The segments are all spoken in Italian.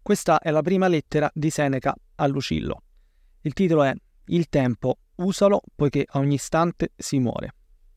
Questa è la prima lettera di Seneca a Lucillo. Il titolo è Il tempo, usalo poiché a ogni istante si muore.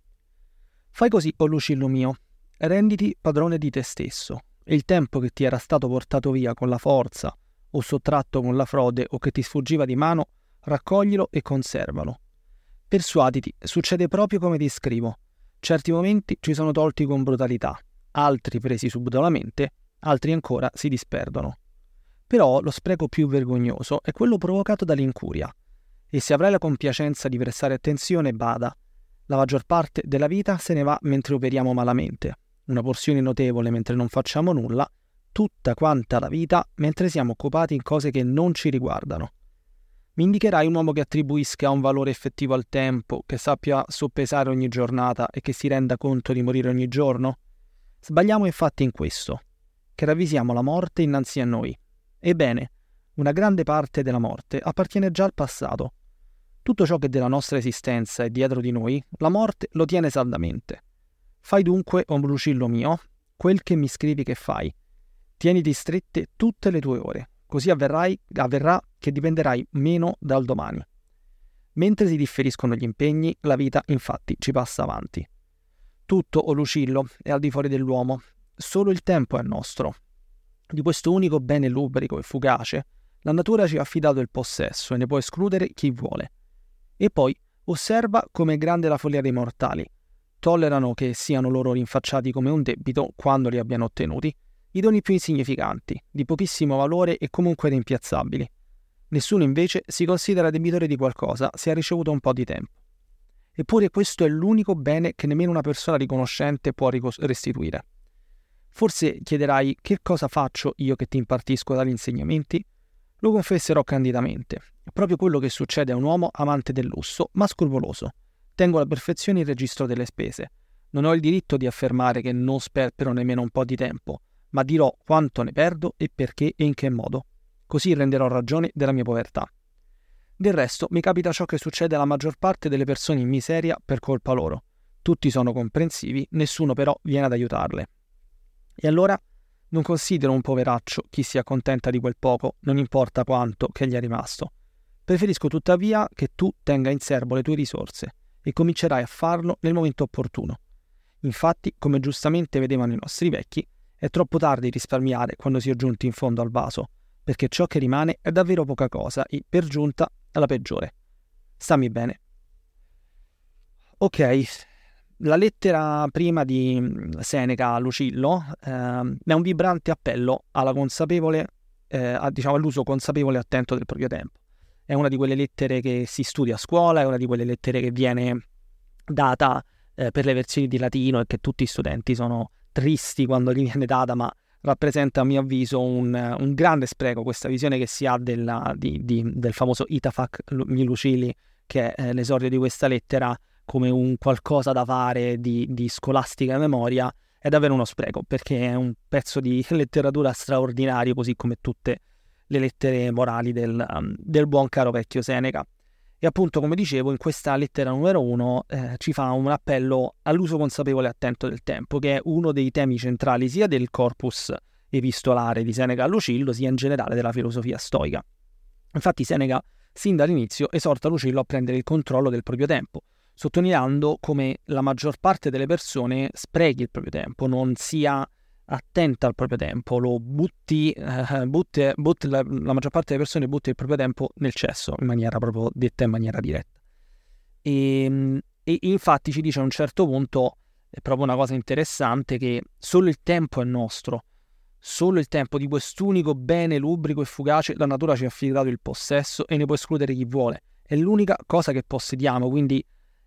Fai così, o Lucillo mio, renditi padrone di te stesso, e il tempo che ti era stato portato via con la forza o sottratto con la frode o che ti sfuggiva di mano, raccoglilo e conservalo. Persuaditi, succede proprio come ti scrivo. Certi momenti ci sono tolti con brutalità, altri presi subdolamente, altri ancora si disperdono. Però lo spreco più vergognoso è quello provocato dall'incuria. E se avrai la compiacenza di prestare attenzione, bada. La maggior parte della vita se ne va mentre operiamo malamente, una porzione notevole mentre non facciamo nulla, tutta quanta la vita mentre siamo occupati in cose che non ci riguardano. Mi indicherai un uomo che attribuisca un valore effettivo al tempo, che sappia soppesare ogni giornata e che si renda conto di morire ogni giorno? Sbagliamo infatti in questo, che ravvisiamo la morte innanzi a noi. Ebbene, una grande parte della morte appartiene già al passato. Tutto ciò che della nostra esistenza è dietro di noi, la morte lo tiene saldamente. Fai dunque, o Lucillo mio, quel che mi scrivi che fai. Tieniti strette tutte le tue ore, così avverrà che dipenderai meno dal domani. Mentre si differiscono gli impegni, la vita infatti ci passa avanti. Tutto, o Lucillo, è al di fuori dell'uomo. Solo il tempo è nostro. Di questo unico bene lubrico e fugace, la natura ci ha affidato il possesso e ne può escludere chi vuole. E poi osserva come è grande la follia dei mortali. Tollerano che siano loro rinfacciati come un debito, quando li abbiano ottenuti, i doni più insignificanti, di pochissimo valore e comunque rimpiazzabili. Nessuno invece si considera debitore di qualcosa se ha ricevuto un po' di tempo. Eppure questo è l'unico bene che nemmeno una persona riconoscente può restituire. Forse chiederai che cosa faccio io che ti impartisco tali insegnamenti? Lo confesserò candidamente. È proprio quello che succede a un uomo amante del lusso, ma scrupoloso. Tengo alla perfezione il registro delle spese. Non ho il diritto di affermare che non sperpero nemmeno un po' di tempo, ma dirò quanto ne perdo e perché e in che modo. Così renderò ragione della mia povertà. Del resto mi capita ciò che succede alla maggior parte delle persone in miseria per colpa loro. Tutti sono comprensivi, nessuno però viene ad aiutarle. E allora non considero un poveraccio chi si accontenta di quel poco, non importa quanto che gli è rimasto. Preferisco tuttavia che tu tenga in serbo le tue risorse e comincerai a farlo nel momento opportuno. Infatti, come giustamente vedevano i nostri vecchi, è troppo tardi risparmiare quando si è giunti in fondo al vaso, perché ciò che rimane è davvero poca cosa e, per giunta, è la peggiore. Stammi bene. Ok, la lettera prima di Seneca a Lucillo è un vibrante appello alla all'uso consapevole e attento del proprio tempo. È una di quelle lettere che si studia a scuola, è una di quelle lettere che viene data per le versioni di latino e che tutti gli studenti sono tristi quando gli viene data, ma rappresenta a mio avviso un grande spreco questa visione che si ha del famoso Itafac Lucili, che è l'esordio di questa lettera, come un qualcosa da fare di scolastica memoria. È davvero uno spreco, perché è un pezzo di letteratura straordinario, così come tutte le lettere morali del buon caro vecchio Seneca. E appunto, come dicevo, in questa lettera numero 1 ci fa un appello all'uso consapevole e attento del tempo, che è uno dei temi centrali sia del corpus epistolare di Seneca a Lucillo, sia in generale della filosofia stoica. Infatti Seneca, sin dall'inizio, esorta Lucillo a prendere il controllo del proprio tempo, sottolineando come la maggior parte delle persone sprechi il proprio tempo, non sia attenta al proprio tempo, lo la maggior parte delle persone butta il proprio tempo nel cesso, in maniera proprio detta in maniera diretta. E infatti ci dice a un certo punto, è proprio una cosa interessante, che solo il tempo è nostro, solo il tempo di quest'unico bene lubrico e fugace la natura ci ha affidato il possesso e ne può escludere chi vuole. È l'unica cosa che possediamo, quindi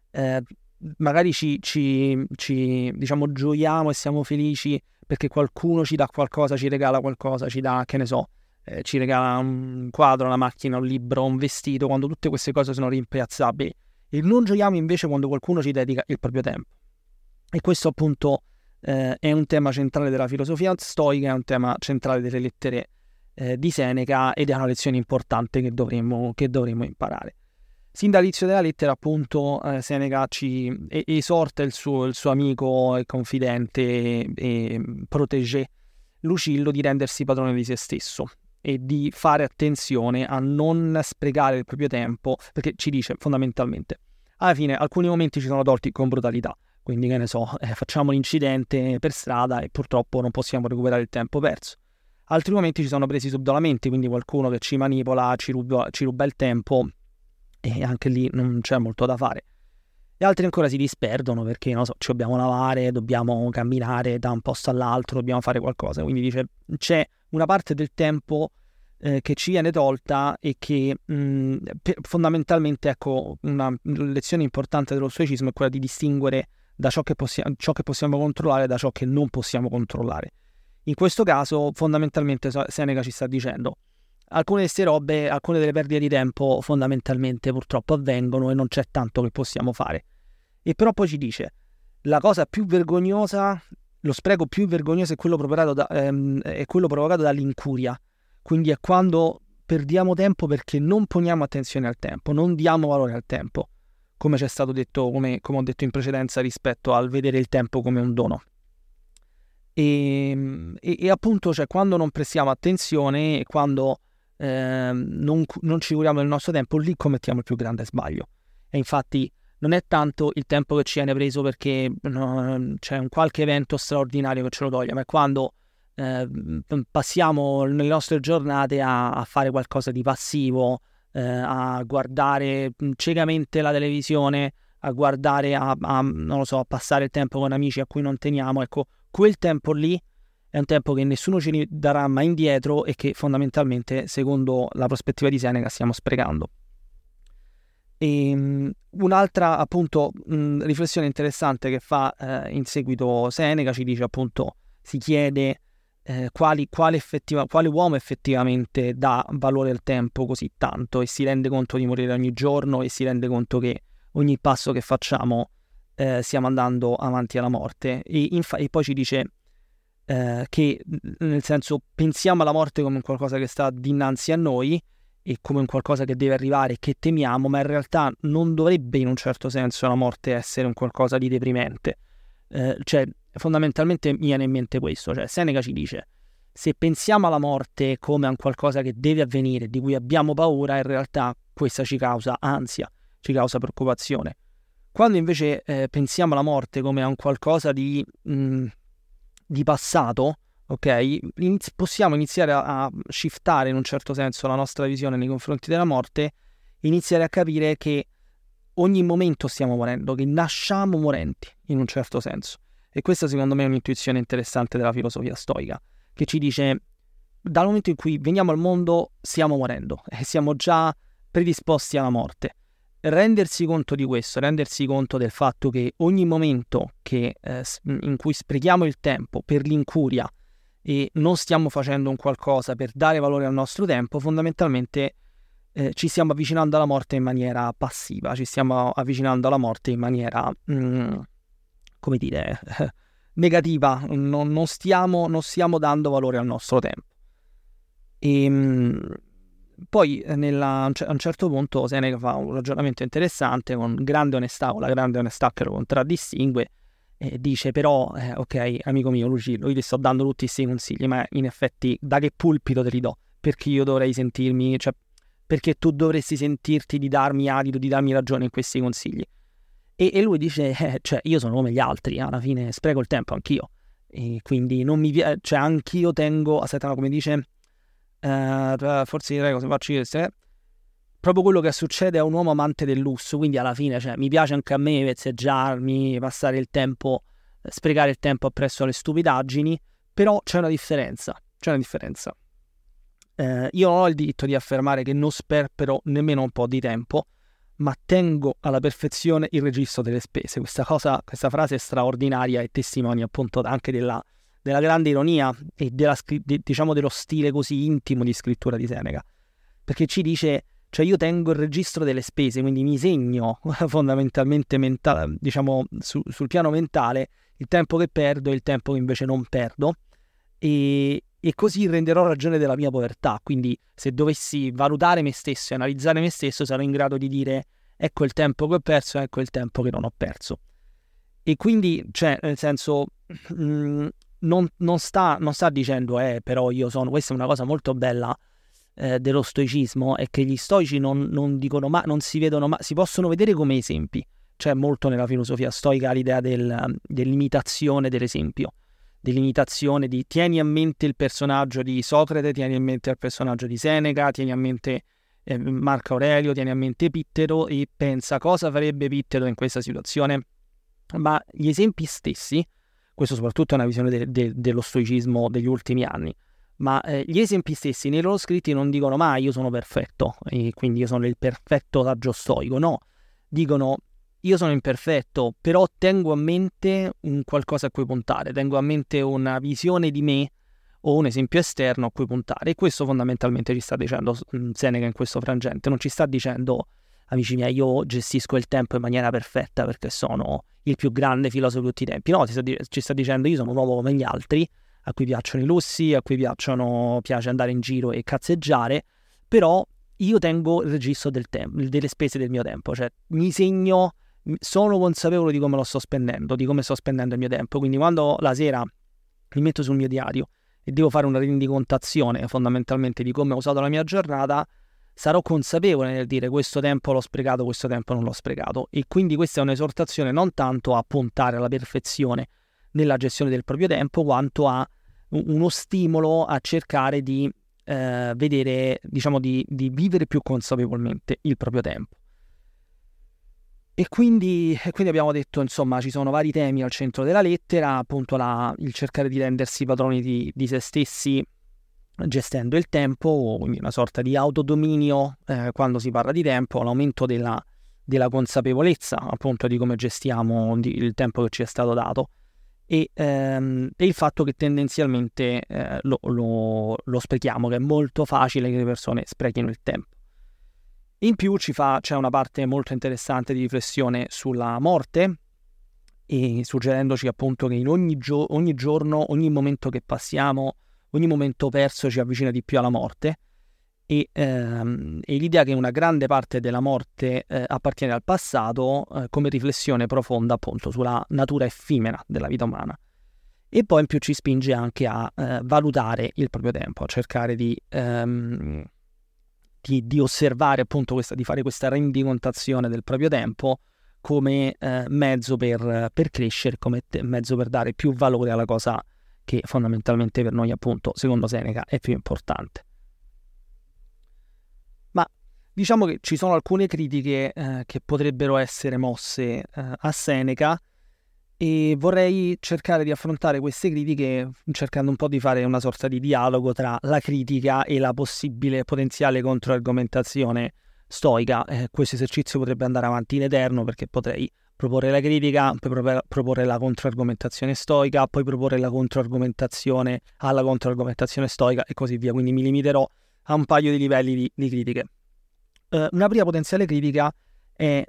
magari ci diciamo gioiamo e siamo felici perché qualcuno ci dà qualcosa, ci regala qualcosa, ci dà, che ne so, ci regala un quadro, una macchina, un libro, un vestito, quando tutte queste cose sono rimpiazzabili. E non gioiamo invece quando qualcuno ci dedica il proprio tempo. E questo appunto è un tema centrale della filosofia stoica, è un tema centrale delle lettere di Seneca, ed è una lezione importante che dovremmo imparare. Sin dall'inizio della lettera, appunto, Seneca ci esorta il suo amico e confidente e protégé Lucillo di rendersi padrone di se stesso. e di fare attenzione a non sprecare il proprio tempo, perché ci dice fondamentalmente, alla fine alcuni momenti ci sono tolti con brutalità, quindi che ne so, facciamo l'incidente per strada e purtroppo non possiamo recuperare il tempo perso. Altri momenti ci sono presi subdolamente, quindi qualcuno che ci manipola, ci ruba il tempo e anche lì non c'è molto da fare. E altri ancora si disperdono perché, non so, ci dobbiamo lavare, dobbiamo camminare da un posto all'altro, dobbiamo fare qualcosa. Quindi dice, c'è una parte del tempo che ci viene tolta e che fondamentalmente, ecco, una lezione importante dello stoicismo è quella di distinguere da ciò che possiamo controllare da ciò che non possiamo controllare. In questo caso, fondamentalmente, Seneca ci sta dicendo alcune di queste robe, alcune delle perdite di tempo fondamentalmente purtroppo avvengono e non c'è tanto che possiamo fare. E però poi ci dice, la cosa più vergognosa, lo spreco più vergognoso è quello provocato dall'incuria. Quindi è quando perdiamo tempo perché non poniamo attenzione al tempo, non diamo valore al tempo, come c'è stato detto, come ho detto in precedenza, rispetto al vedere il tempo come un dono. E appunto, cioè, quando non prestiamo attenzione e quando non ci curiamo del nostro tempo, lì commettiamo il più grande sbaglio. E infatti non è tanto il tempo che ci viene preso perché c'è un qualche evento straordinario che ce lo toglie, ma è quando passiamo le nostre giornate a fare qualcosa di passivo, a guardare ciecamente la televisione, a guardare, non lo so, a passare il tempo con amici a cui non teniamo. Ecco, quel tempo lì è un tempo che nessuno ci darà mai indietro e che fondamentalmente, secondo la prospettiva di Seneca, stiamo sprecando. E un'altra appunto riflessione interessante che fa in seguito Seneca, ci dice appunto, si chiede quale uomo effettivamente dà valore al tempo così tanto e si rende conto di morire ogni giorno e si rende conto che ogni passo che facciamo stiamo andando avanti alla morte. E poi ci dice che, nel senso, pensiamo alla morte come qualcosa che sta dinanzi a noi e come un qualcosa che deve arrivare e che temiamo, ma in realtà non dovrebbe in un certo senso la morte essere un qualcosa di deprimente. Cioè, fondamentalmente mi viene in mente questo, cioè Seneca ci dice, se pensiamo alla morte come a un qualcosa che deve avvenire, di cui abbiamo paura, in realtà questa ci causa ansia, ci causa preoccupazione. Quando invece pensiamo alla morte come a un qualcosa di passato, ok? Possiamo iniziare a shiftare in un certo senso la nostra visione nei confronti della morte, iniziare a capire che ogni momento stiamo morendo, che nasciamo morenti in un certo senso. E questa secondo me è un'intuizione interessante della filosofia stoica, che ci dice, dal momento in cui veniamo al mondo stiamo morendo e siamo già predisposti alla morte. Rendersi conto di questo, rendersi conto del fatto che ogni momento in cui sprechiamo il tempo per l'incuria e non stiamo facendo un qualcosa per dare valore al nostro tempo, fondamentalmente ci stiamo avvicinando alla morte in maniera passiva, ci stiamo avvicinando alla morte in maniera, come dire, negativa, non stiamo dando valore al nostro tempo. E poi a un certo punto Seneca fa un ragionamento interessante con grande onestà, con la grande onestà che lo contraddistingue, e dice però, ok, amico mio Lucillo, io ti sto dando tutti questi consigli, ma in effetti da che pulpito te li do? Perché io dovrei sentirmi, cioè perché tu dovresti sentirti di darmi adito, di darmi ragione in questi consigli? E lui dice, cioè io sono come gli altri, alla fine spreco il tempo anch'io, e quindi non mi piace, cioè anch'io tengo, aspetta, come dice, forse direi cosa faccio io, proprio quello che succede a un uomo amante del lusso, quindi alla fine, cioè, mi piace anche a me vezzeggiarmi, passare il tempo, sprecare il tempo appresso alle stupidaggini, però c'è una differenza. Io non ho il diritto di affermare che non sperpero nemmeno un po' di tempo, ma tengo alla perfezione il registro delle spese. Questa frase è straordinaria e testimonia appunto anche della grande ironia e diciamo dello stile così intimo di scrittura di Seneca, perché ci dice, cioè io tengo il registro delle spese, quindi mi segno fondamentalmente diciamo sul piano mentale il tempo che perdo e il tempo che invece non perdo, e così renderò ragione della mia povertà. Quindi se dovessi valutare me stesso e analizzare me stesso, sarò in grado di dire ecco il tempo che ho perso, ecco il tempo che non ho perso. E quindi, cioè, nel senso, non sta dicendo però io sono, questa è una cosa molto bella dello stoicismo è che gli stoici non dicono mai, non si vedono mai, si possono vedere come esempi. C'è molto nella filosofia stoica l'idea dell'imitazione dell'esempio, dell'imitazione di tieni a mente il personaggio di Socrate, tieni a mente il personaggio di Seneca, tieni a mente Marco Aurelio, tieni a mente Pittero e pensa cosa farebbe Pittero in questa situazione. Ma gli esempi stessi, questo soprattutto è una visione dello stoicismo degli ultimi anni, ma gli esempi stessi nei loro scritti non dicono mai io sono perfetto e quindi io sono il perfetto saggio stoico, no, dicono io sono imperfetto, però tengo a mente un qualcosa a cui puntare, tengo a mente una visione di me o un esempio esterno a cui puntare. E questo fondamentalmente ci sta dicendo Seneca in questo frangente. Non ci sta dicendo, amici miei, io gestisco il tempo in maniera perfetta perché sono il più grande filosofo di tutti i tempi. No, ci sta dicendo io sono un uomo come gli altri, a cui piacciono i lussi, a cui piace andare in giro e cazzeggiare, però io tengo il registro del tempo, delle spese del mio tempo, cioè mi segno, sono consapevole di come lo sto spendendo, di come sto spendendo il mio tempo. Quindi quando la sera mi metto sul mio diario e devo fare una rendicontazione fondamentalmente di come ho usato la mia giornata, sarò consapevole nel dire questo tempo l'ho sprecato, questo tempo non l'ho sprecato. E quindi questa è un'esortazione non tanto a puntare alla perfezione nella gestione del proprio tempo, quanto a uno stimolo a cercare di vedere, diciamo, di vivere più consapevolmente il proprio tempo. E quindi abbiamo detto, insomma, ci sono vari temi al centro della lettera, appunto il cercare di rendersi padroni di se stessi gestendo il tempo, quindi una sorta di autodominio quando si parla di tempo, l'aumento della consapevolezza appunto di come gestiamo il tempo che ci è stato dato e il fatto che tendenzialmente lo sprechiamo, che è molto facile che le persone sprechino il tempo. In più c'è una parte molto interessante di riflessione sulla morte, e suggerendoci appunto che in ogni giorno, ogni momento che passiamo, ogni momento perso ci avvicina di più alla morte, e l'idea che una grande parte della morte appartiene al passato, come riflessione profonda appunto sulla natura effimera della vita umana. E poi in più ci spinge anche a valutare il proprio tempo, a cercare di osservare appunto di fare questa rendicontazione del proprio tempo come mezzo per crescere, come mezzo per dare più valore alla cosa che fondamentalmente per noi, appunto, secondo Seneca, è più importante. Ma diciamo che ci sono alcune critiche che potrebbero essere mosse a Seneca, e vorrei cercare di affrontare queste critiche cercando un po' di fare una sorta di dialogo tra la critica e la possibile potenziale controargomentazione stoica. Questo esercizio potrebbe andare avanti in eterno, perché potrei proporre la critica, poi proporre la controargomentazione stoica, poi proporre la controargomentazione alla controargomentazione stoica e così via. Quindi mi limiterò a un paio di livelli di critiche. Una prima potenziale critica è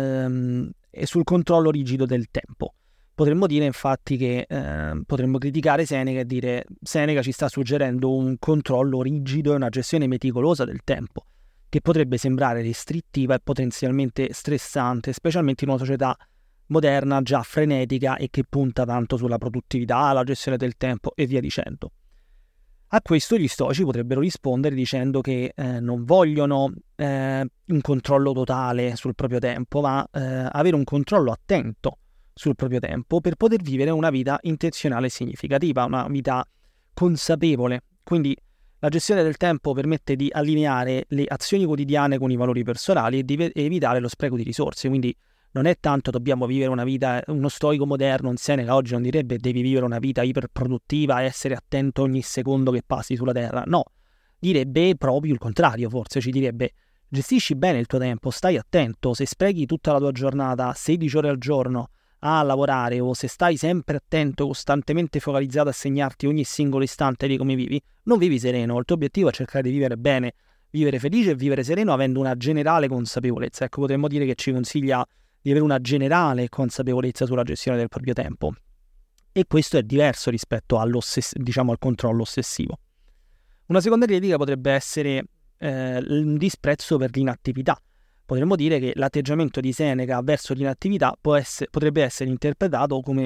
sul controllo rigido del tempo. Potremmo dire infatti che potremmo criticare Seneca e dire Seneca ci sta suggerendo un controllo rigido e una gestione meticolosa del tempo, che potrebbe sembrare restrittiva e potenzialmente stressante, specialmente in una società moderna già frenetica e che punta tanto sulla produttività, la gestione del tempo e via dicendo. A questo gli stoici potrebbero rispondere dicendo che non vogliono un controllo totale sul proprio tempo, ma avere un controllo attento sul proprio tempo per poter vivere una vita intenzionale e significativa, una vita consapevole. Quindi la gestione del tempo permette di allineare le azioni quotidiane con i valori personali e di evitare lo spreco di risorse. Quindi non è tanto dobbiamo vivere una vita, uno stoico moderno, un Seneca oggi non direbbe devi vivere una vita iperproduttiva, essere attento ogni secondo che passi sulla terra. No, direbbe proprio il contrario, forse ci direbbe gestisci bene il tuo tempo, stai attento, se sprechi tutta la tua giornata, 16 ore al giorno, a lavorare, o se stai sempre attento, costantemente focalizzato a segnarti ogni singolo istante di come vivi, non vivi sereno. Il tuo obiettivo è cercare di vivere bene, vivere felice e vivere sereno avendo una generale consapevolezza. Ecco, potremmo dire che ci consiglia di avere una generale consapevolezza sulla gestione del proprio tempo, e questo è diverso rispetto al controllo ossessivo. Una seconda critica potrebbe essere un disprezzo per l'inattività. Potremmo dire che l'atteggiamento di Seneca verso l'inattività potrebbe essere interpretato come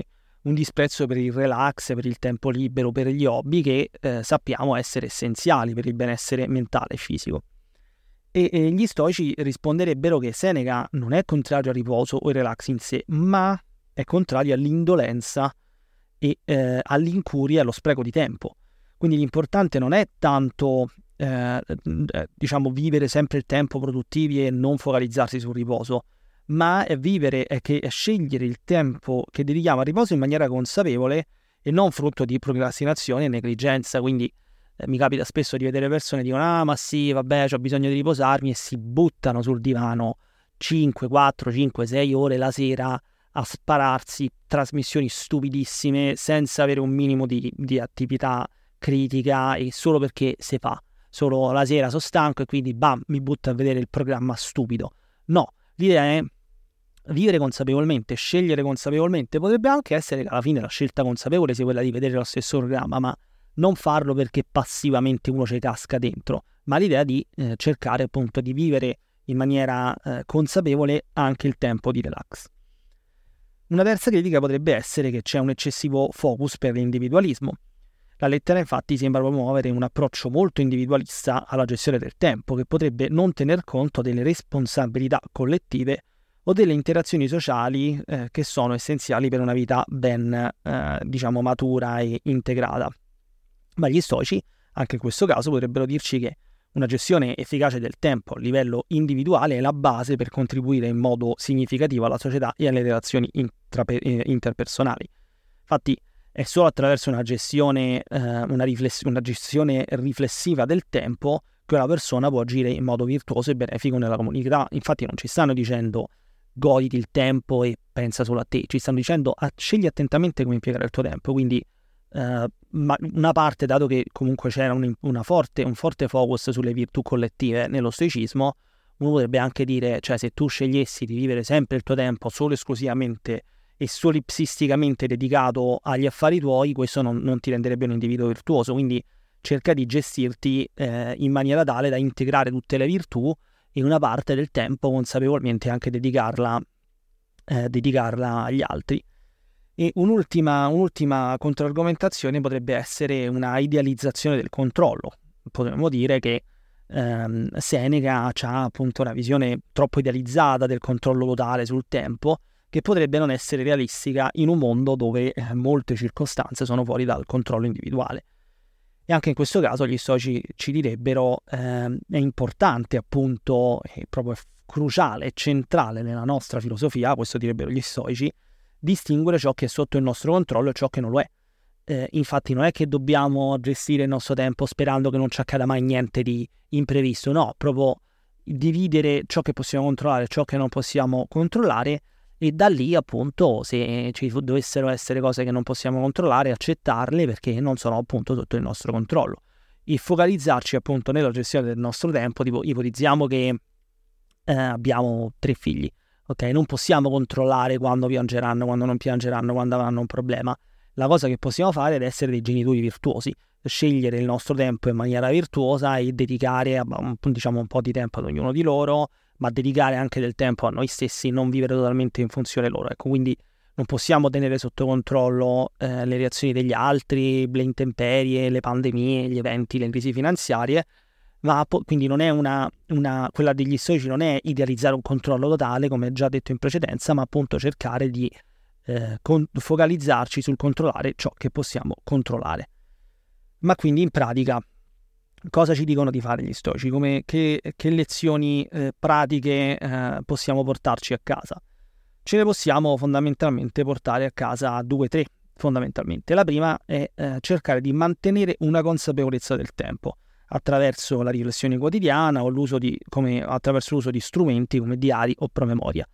un disprezzo per il relax, per il tempo libero, per gli hobby che sappiamo essere essenziali per il benessere mentale e fisico. E gli stoici risponderebbero che Seneca non è contrario al riposo o al relax in sé, ma è contrario all'indolenza e all'incuria e allo spreco di tempo. Quindi l'importante non è tanto vivere sempre il tempo produttivi e non focalizzarsi sul riposo, ma è scegliere il tempo che dedichiamo al riposo in maniera consapevole e non frutto di procrastinazione e negligenza. Quindi mi capita spesso di vedere persone che dicono ma sì, vabbè, ho bisogno di riposarmi, e si buttano sul divano 4, 5, 6 ore la sera a spararsi trasmissioni stupidissime senza avere un minimo di attività critica, e solo perché si fa. Solo la sera sono stanco e quindi bam, mi butto a vedere il programma stupido. No, l'idea è vivere consapevolmente, scegliere consapevolmente. Potrebbe anche essere che alla fine la scelta consapevole sia quella di vedere lo stesso programma, ma non farlo perché passivamente uno ci casca dentro, ma l'idea di cercare appunto di vivere in maniera consapevole anche il tempo di relax. Una terza critica potrebbe essere che c'è un eccessivo focus per l'individualismo. La lettera infatti sembra promuovere un approccio molto individualista alla gestione del tempo, che potrebbe non tener conto delle responsabilità collettive o delle interazioni sociali che sono essenziali per una vita ben matura e integrata. Ma gli stoici, anche in questo caso, potrebbero dirci che una gestione efficace del tempo a livello individuale è la base per contribuire in modo significativo alla società e alle relazioni interpersonali. Infatti è solo attraverso una gestione riflessiva del tempo che una persona può agire in modo virtuoso e benefico nella comunità. Infatti non ci stanno dicendo goditi il tempo e pensa solo a te, ci stanno dicendo scegli attentamente come impiegare il tuo tempo. Quindi ma una parte, dato che comunque c'era un forte focus sulle virtù collettive nello stoicismo, uno potrebbe anche dire, cioè, se tu scegliessi di vivere sempre il tuo tempo solo esclusivamente e solipsisticamente dedicato agli affari tuoi, questo non ti renderebbe un individuo virtuoso. Quindi cerca di gestirti in maniera tale da integrare tutte le virtù e una parte del tempo consapevolmente anche dedicarla agli altri. E un'ultima controargomentazione potrebbe essere una idealizzazione del controllo. Potremmo dire che Seneca ha appunto una visione troppo idealizzata del controllo totale sul tempo, che potrebbe non essere realistica in un mondo dove molte circostanze sono fuori dal controllo individuale. E anche in questo caso gli stoici ci direbbero è importante, appunto, è proprio cruciale e centrale nella nostra filosofia, questo direbbero gli stoici, distinguere ciò che è sotto il nostro controllo e ciò che non lo è. Infatti non è che dobbiamo gestire il nostro tempo sperando che non ci accada mai niente di imprevisto, no, proprio dividere ciò che possiamo controllare e ciò che non possiamo controllare, e da lì appunto, se ci dovessero essere cose che non possiamo controllare, accettarle perché non sono appunto sotto il nostro controllo, e focalizzarci appunto nella gestione del nostro tempo. Tipo, ipotizziamo che abbiamo 3 figli. Ok, non possiamo controllare quando piangeranno, quando non piangeranno, quando avranno un problema. La cosa che possiamo fare è essere dei genitori virtuosi, scegliere il nostro tempo in maniera virtuosa e dedicare un po' di tempo ad ognuno di loro, ma dedicare anche del tempo a noi stessi, non vivere totalmente in funzione loro. Ecco, quindi non possiamo tenere sotto controllo le reazioni degli altri, le intemperie, le pandemie, gli eventi, le crisi finanziarie, ma quindi non è quella degli stoici non è idealizzare un controllo totale, come già detto in precedenza, ma appunto cercare di focalizzarci sul controllare ciò che possiamo controllare. Ma quindi in pratica cosa ci dicono di fare gli stoici? Che lezioni pratiche possiamo portarci a casa? Ce ne possiamo fondamentalmente portare a casa 2-3 fondamentalmente. La prima è cercare di mantenere una consapevolezza del tempo attraverso la riflessione quotidiana o attraverso l'uso di strumenti come diari o promemoria.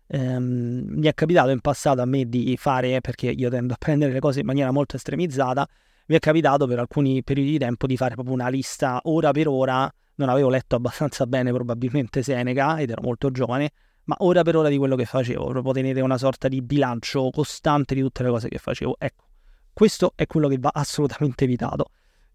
Mi è capitato in passato a me di fare, perché io tendo a prendere le cose in maniera molto estremizzata, mi è capitato per alcuni periodi di tempo di fare proprio una lista ora per ora. Non avevo letto abbastanza bene probabilmente Seneca ed ero molto giovane, ma ora per ora di quello che facevo, proprio tenere una sorta di bilancio costante di tutte le cose che facevo. Ecco, questo è quello che va assolutamente evitato.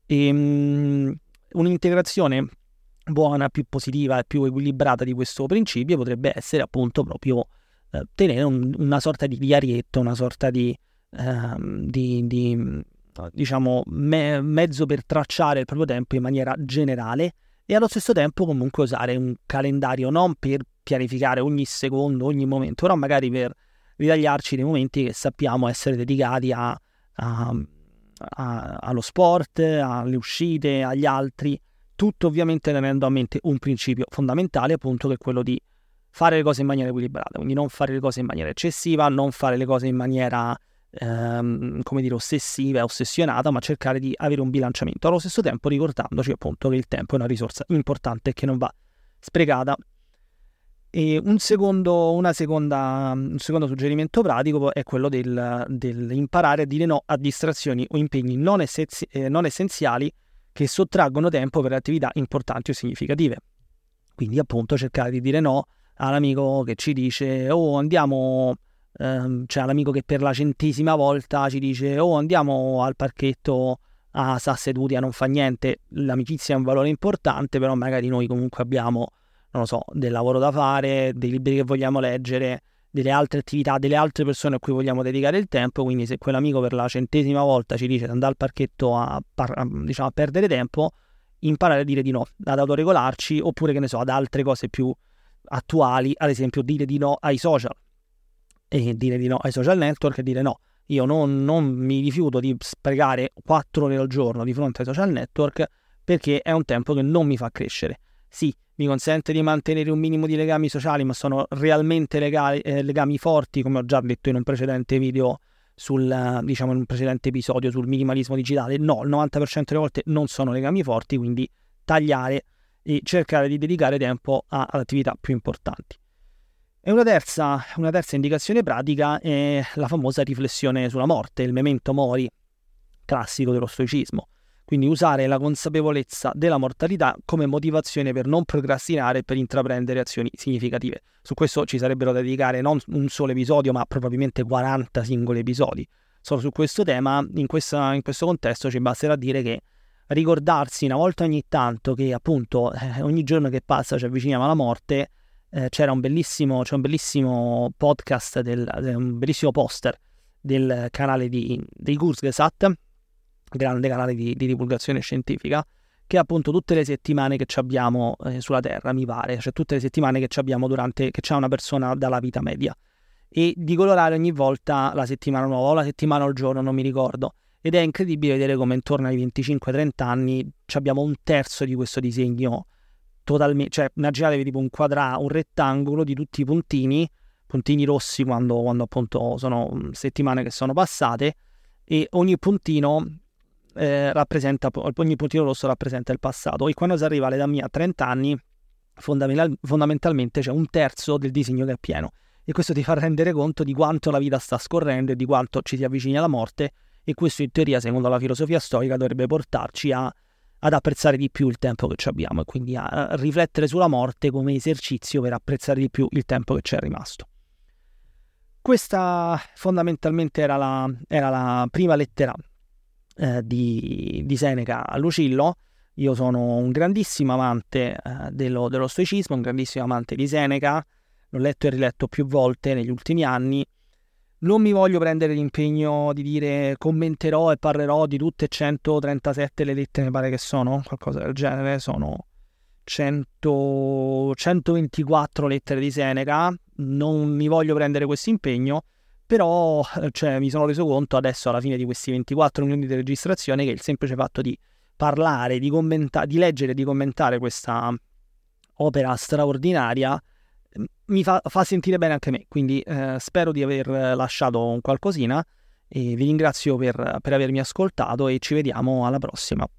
Un'integrazione buona, più positiva e più equilibrata di questo principio potrebbe essere appunto proprio tenere una sorta di diarietto, una sorta di diciamo mezzo per tracciare il proprio tempo in maniera generale, e allo stesso tempo comunque usare un calendario non per pianificare ogni secondo, ogni momento, però magari per ritagliarci dei momenti che sappiamo essere dedicati allo sport, alle uscite, agli altri, tutto ovviamente tenendo a mente un principio fondamentale, appunto, che è quello di fare le cose in maniera equilibrata, quindi non fare le cose in maniera eccessiva, non fare le cose in maniera come dire, ossessiva e ossessionata, ma cercare di avere un bilanciamento, allo stesso tempo ricordandoci appunto che il tempo è una risorsa importante e che non va sprecata. E un secondo suggerimento pratico è quello dell'imparare a dire no a distrazioni o impegni non essenziali che sottraggono tempo per attività importanti o significative. Quindi appunto cercare di dire no all'amico che ci dice andiamo, cioè all'amico che per la 100ª volta ci dice andiamo al parchetto a sta seduti a non fa niente. L'amicizia è un valore importante, però magari noi comunque abbiamo, non lo so, del lavoro da fare, dei libri che vogliamo leggere, delle altre attività, delle altre persone a cui vogliamo dedicare il tempo. Quindi se quell'amico per la 100ª volta ci dice di andare al parchetto a perdere tempo, imparare a dire di no, ad autoregolarci, oppure che ne so, ad altre cose più attuali, ad esempio dire di no ai social, e dire di no ai social network, e dire no, io non mi rifiuto di sprecare 4 ore al giorno di fronte ai social network perché è un tempo che non mi fa crescere. Sì, mi consente di mantenere un minimo di legami sociali, ma sono realmente legami forti, come ho già detto in un precedente video in un precedente episodio sul minimalismo digitale. No, il 90% delle volte non sono legami forti, quindi tagliare e cercare di dedicare tempo ad attività più importanti. E una terza indicazione pratica è la famosa riflessione sulla morte, il memento mori classico dello stoicismo. Quindi usare la consapevolezza della mortalità come motivazione per non procrastinare e per intraprendere azioni significative. Su questo ci sarebbero da dedicare non un solo episodio, ma probabilmente 40 singoli episodi. Solo su questo tema, in questo contesto, ci basterà dire che ricordarsi una volta ogni tanto che appunto ogni giorno che passa ci avviciniamo alla morte. C'è un bellissimo podcast, un bellissimo poster del canale dei Kurzgesagt, grande canale di divulgazione scientifica, che appunto tutte le settimane che ci abbiamo sulla Terra, mi pare, cioè tutte le settimane che ci abbiamo che c'è una persona dalla vita media, e di colorare ogni volta la settimana nuova o la settimana o il giorno, non mi ricordo, ed è incredibile vedere come intorno ai 25-30 anni ci abbiamo un terzo di questo disegno totalmente, cioè immaginatevi tipo un rettangolo di tutti i puntini rossi quando appunto sono settimane che sono passate, e ogni puntino rosso rappresenta il passato, e quando si arriva all'età mia a 30 anni fondamentalmente c'è un terzo del disegno che è pieno, e questo ti fa rendere conto di quanto la vita sta scorrendo e di quanto ci si avvicini alla morte, e questo in teoria, secondo la filosofia stoica, dovrebbe portarci ad apprezzare di più il tempo che ci abbiamo, e quindi a riflettere sulla morte come esercizio per apprezzare di più il tempo che ci è rimasto. Questa fondamentalmente era la prima lettera di Seneca a Lucillo. Io sono un grandissimo amante dello stoicismo, un grandissimo amante di Seneca, l'ho letto e riletto più volte negli ultimi anni. Non mi voglio prendere l'impegno di dire commenterò e parlerò di tutte e 137 le lettere, mi pare che sono, qualcosa del genere, sono 124 lettere di Seneca. Non mi voglio prendere questo impegno, però mi sono reso conto adesso, alla fine di questi 24 minuti di registrazione, che il semplice fatto di parlare, di leggere e di commentare questa opera straordinaria mi fa sentire bene anche me, quindi spero di aver lasciato un qualcosina, e vi ringrazio per avermi ascoltato, e ci vediamo alla prossima.